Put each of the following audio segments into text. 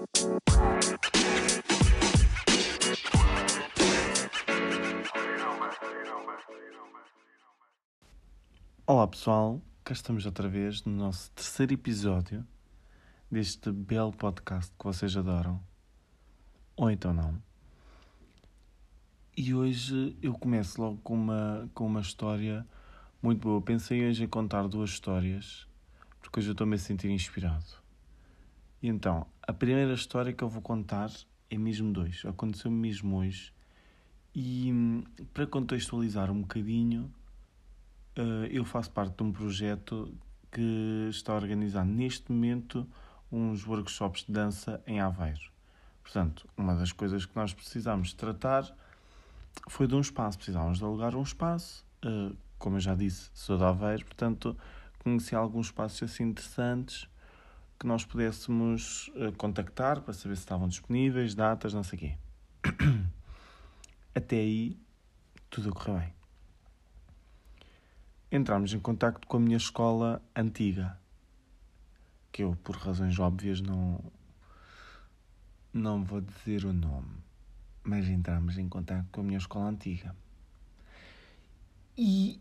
Olá pessoal, cá estamos outra vez no nosso terceiro episódio deste belo podcast que vocês adoram, ou então não. E hoje eu começo logo com uma história muito boa. Pensei hoje em contar duas histórias, porque hoje eu estou-me a sentir inspirado. E então, a primeira história que eu vou contar é mesmo dois, aconteceu-me mesmo hoje. E para contextualizar um bocadinho, eu faço parte de um projeto que está a organizar neste momento uns workshops de dança em Aveiro. Portanto, uma das coisas que nós precisámos tratar foi de um espaço. Precisávamos de alugar um espaço. Como eu já disse, sou de Aveiro, portanto, conheci alguns espaços assim interessantes que nós pudéssemos contactar para saber se estavam disponíveis, datas, não sei o quê. Até aí, tudo a correr bem. Entramos em contacto com a minha escola antiga, que eu, por razões óbvias, não vou dizer o nome, mas entramos em contacto com a minha escola antiga. E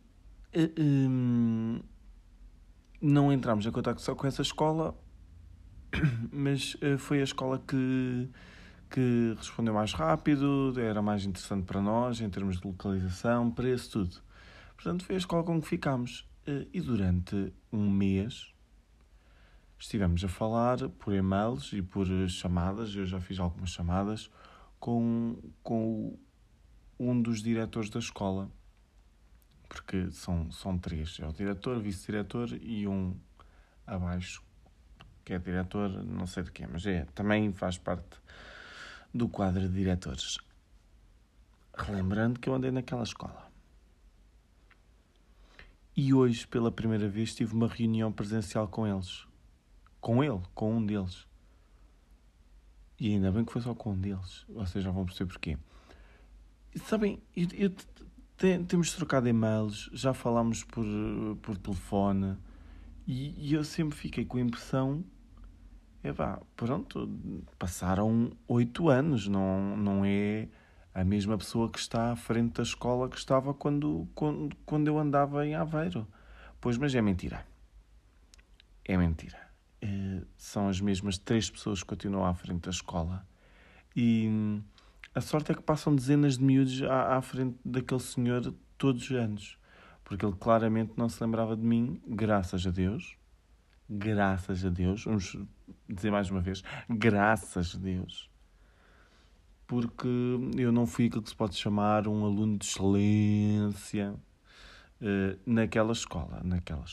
não entramos em contacto só com essa escola, mas foi a escola que respondeu mais rápido, era mais interessante para nós, em termos de localização, preço, tudo. Portanto, foi a escola com que ficámos. E durante um mês estivemos a falar por e-mails e por chamadas, eu já fiz algumas chamadas, com um dos diretores da escola. Porque são três, é o diretor, o vice-diretor e um abaixo, que é diretor, não sei de quê, mas também faz parte do quadro de diretores. Relembrando que eu andei naquela escola. E hoje, pela primeira vez, tive uma reunião presencial com eles. Com um deles. E ainda bem que foi só com um deles. Vocês já vão perceber porquê. E, sabem, temos trocado e-mails, já falámos por telefone, e eu sempre fiquei com a impressão, pronto, passaram 8 anos, não é a mesma pessoa que está à frente da escola que estava quando eu andava em Aveiro. Pois, mas é mentira. É mentira. São as mesmas 3 pessoas que continuam à frente da escola. E a sorte é que passam dezenas de miúdos à frente daquele senhor todos os anos. Porque ele claramente não se lembrava de mim, graças a Deus. Graças a Deus. Vamos dizer mais uma vez. Graças a Deus. Porque eu não fui aquilo que se pode chamar um aluno de excelência naquela escola.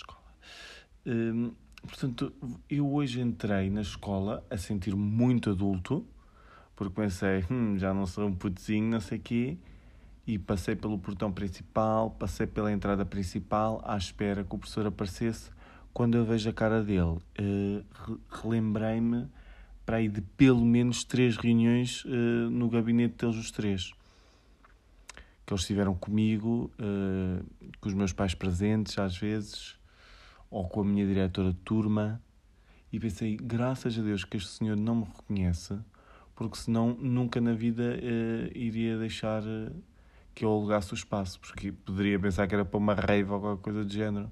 Portanto, eu hoje entrei na escola a sentir-me muito adulto, porque pensei, já não sou um putozinho, não sei o quê, e passei pelo portão principal, passei pela entrada principal, à espera que o professor aparecesse. Quando eu vejo a cara dele, relembrei-me para aí de pelo menos 3 reuniões no gabinete deles, os 3. Que eles estiveram comigo, com os meus pais presentes, às vezes, ou com a minha diretora de turma, e pensei, graças a Deus que este senhor não me reconhece, porque senão nunca na vida iria deixar que eu alugasse o espaço, porque poderia pensar que era para uma rave ou qualquer coisa do género.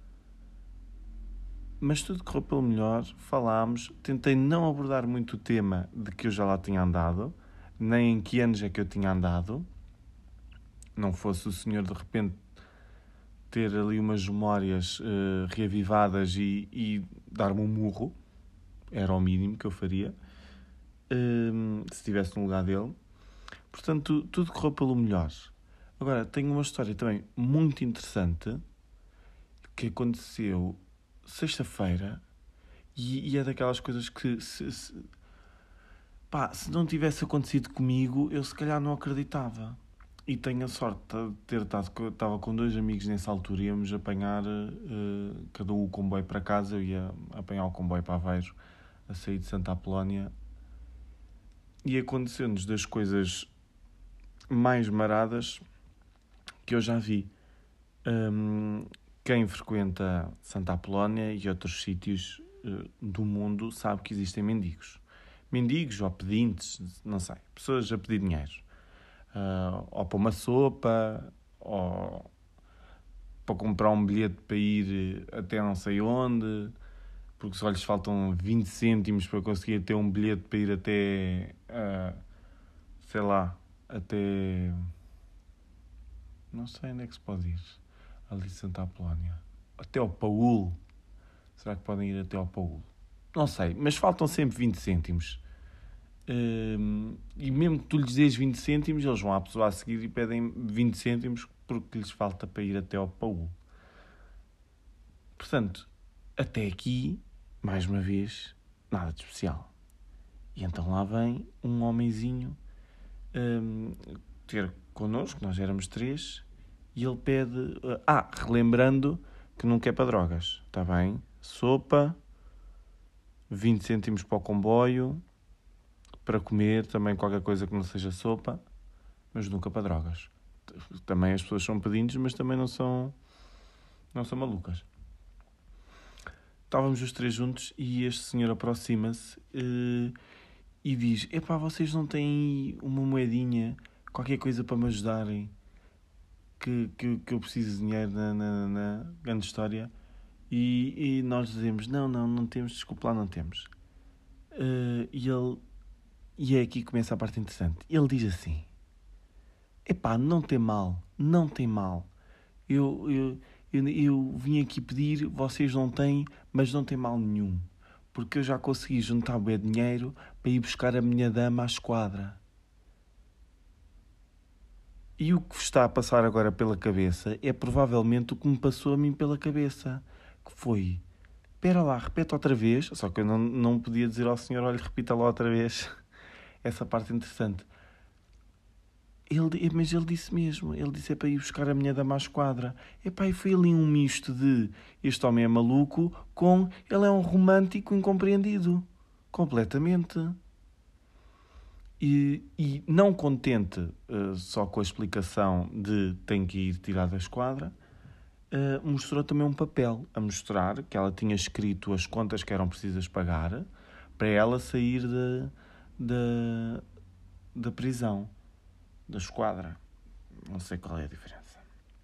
Mas tudo correu pelo melhor, falámos, tentei não abordar muito o tema de que eu já lá tinha andado, nem em que anos é que eu tinha andado, não fosse o senhor de repente ter ali umas memórias reavivadas e dar-me um murro, era o mínimo que eu faria, se estivesse no lugar dele. Portanto, tudo correu pelo melhor. Agora, tenho uma história também muito interessante que aconteceu sexta-feira e é daquelas coisas que se não tivesse acontecido comigo, eu se calhar não acreditava. E tenho a sorte de ter estava com 2 amigos nessa altura, íamos apanhar cada um o comboio para casa, eu ia apanhar o comboio para Aveiro, a sair de Santa Apolónia, e aconteceu-nos das coisas mais maradas que eu já vi. Quem frequenta Santa Apolónia e outros sítios do mundo sabe que existem mendigos. mendigos ou pedintes, não sei, pessoas a pedir dinheiro. Ou para uma sopa, ou para comprar um bilhete para ir até não sei onde, porque só lhes faltam 20 cêntimos para conseguir ter um bilhete para ir até, sei lá, até... Não sei onde é que se pode ir. Ali Santa Apolónia. Até ao Paúl. Será que podem ir até ao Paúl? Não sei, mas faltam sempre 20 cêntimos. E mesmo que tu lhes dês 20 cêntimos, eles vão à pessoa a seguir e pedem 20 cêntimos porque lhes falta para ir até ao Paúl. Portanto, até aqui, mais uma vez, nada de especial. E então lá vem um homenzinho ter connosco, nós éramos 3, e ele pede... relembrando que nunca é para drogas, está bem? Sopa, 20 cêntimos para o comboio, para comer também qualquer coisa que não seja sopa, mas nunca para drogas. Também as pessoas são pedintes, mas também não são malucas. Estávamos os 3 juntos e este senhor aproxima-se e diz: epá, vocês não têm uma moedinha, qualquer coisa para me ajudarem, que eu preciso de dinheiro na grande história. E nós dizemos: não temos, desculpe lá, não temos. E é aqui que começa a parte interessante. Ele diz assim: epá, não tem mal. Eu vim aqui pedir, vocês não têm, mas não tem mal nenhum. Porque eu já consegui juntar bem dinheiro para ir buscar a minha dama à esquadra. E o que vos está a passar agora pela cabeça é provavelmente o que me passou a mim pela cabeça. Que foi: espera lá, repete outra vez. Só que eu não podia dizer ao senhor: olha, repita lá outra vez. Essa parte interessante. Mas ele disse mesmo. Ele disse: é para ir buscar a minha dama à esquadra. Epá, e foi ali um misto de este homem é maluco com ele é um romântico incompreendido. Completamente. E não contente só com a explicação de tem que ir tirar da esquadra, mostrou também um papel a mostrar que ela tinha escrito as contas que eram precisas pagar para ela sair da prisão, da esquadra. Não sei qual é a diferença.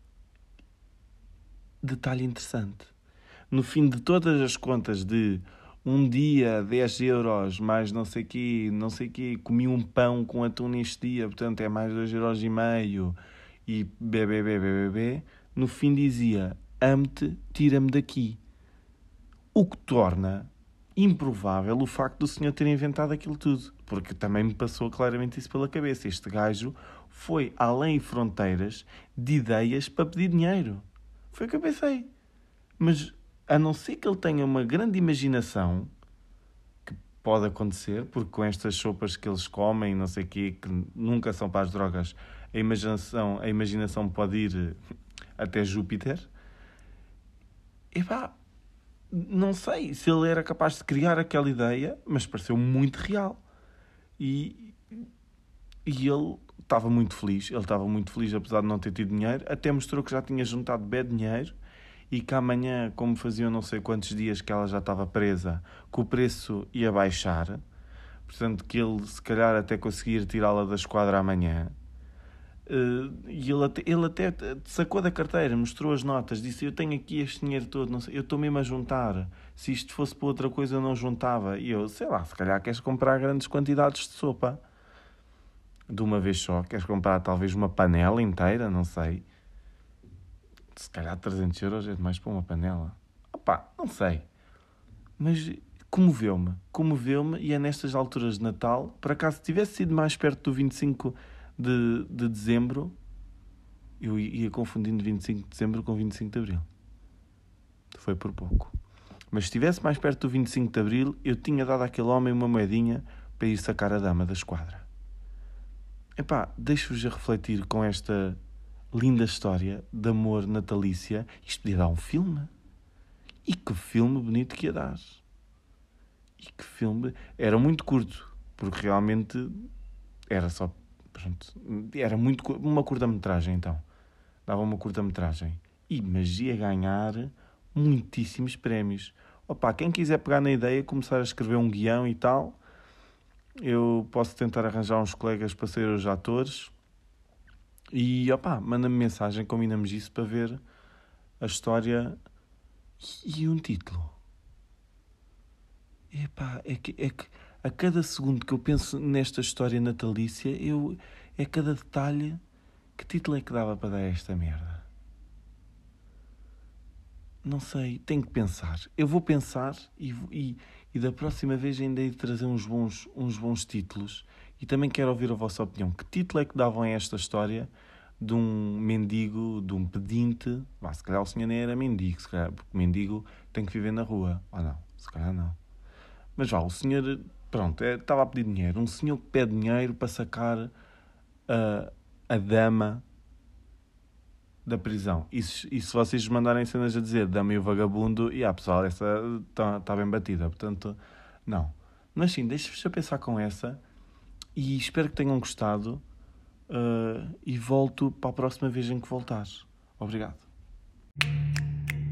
Detalhe interessante. No fim de todas as contas de um dia, 10 euros, mais não sei quê, comi um pão com atum neste dia, portanto é mais 2,5 euros e bebê, no fim dizia: amo-te, tira-me daqui. O que torna improvável o facto do senhor ter inventado aquilo tudo, porque também me passou claramente isso pela cabeça. Este gajo foi além fronteiras de ideias para pedir dinheiro. Foi o que eu pensei. Mas a não ser que ele tenha uma grande imaginação, que pode acontecer, porque com estas sopas que eles comem, não sei o quê, que nunca são para as drogas, a imaginação pode ir até Júpiter. Epá, não sei se ele era capaz de criar aquela ideia, mas pareceu muito real. E ele estava muito feliz. Ele estava muito feliz, apesar de não ter tido dinheiro. Até mostrou que já tinha juntado bem dinheiro e que amanhã, como faziam não sei quantos dias que ela já estava presa, que o preço ia baixar. Portanto, que ele se calhar até conseguir tirá-la da esquadra amanhã. E ele até sacou da carteira, mostrou as notas, disse: eu tenho aqui este dinheiro todo, não sei, eu estou mesmo a juntar, se isto fosse para outra coisa eu não juntava. E eu, sei lá, se calhar queres comprar grandes quantidades de sopa de uma vez só, queres comprar talvez uma panela inteira, não sei, se calhar 300 euros é demais para uma panela, opá, não sei, mas comoveu-me e é nestas alturas de Natal. Por acaso, se tivesse sido mais perto do 25 de dezembro, eu ia confundindo 25 de dezembro com 25 de abril. Foi por pouco. Mas se estivesse mais perto do 25 de abril, eu tinha dado àquele homem uma moedinha para ir sacar a dama da esquadra. Epá, deixo-vos a refletir com esta linda história de amor natalícia. Isto podia dar um filme. E que filme bonito que ia dar. E que filme... Era muito curto, porque realmente era só... Pronto, era uma curta-metragem, então. Dava uma curta-metragem. Mas ia ganhar muitíssimos prémios. Opa, quem quiser pegar na ideia, começar a escrever um guião e tal, Eu posso tentar arranjar uns colegas para ser os atores e, manda-me mensagem, combinamos isso para ver a história e um título. É que a cada segundo que eu penso nesta história natalícia, é cada detalhe. Que título é que dava para dar esta merda? Não sei, tenho que pensar. Eu vou pensar e da próxima vez ainda hei de trazer uns bons títulos. E também quero ouvir a vossa opinião. Que título é que davam a esta história de um mendigo, de um pedinte? Se calhar o senhor nem era mendigo, se calhar, porque mendigo tem que viver na rua. Ou não? Se calhar não. Mas o senhor, pronto, estava a pedir dinheiro. Um senhor que pede dinheiro para sacar a dama da prisão. E se vocês mandarem cenas a dizer dama e o vagabundo, pessoal, essa está bem batida. Portanto, não. Mas sim, deixe-vos a pensar com essa e espero que tenham gostado e volto para a próxima vez em que voltar. Obrigado.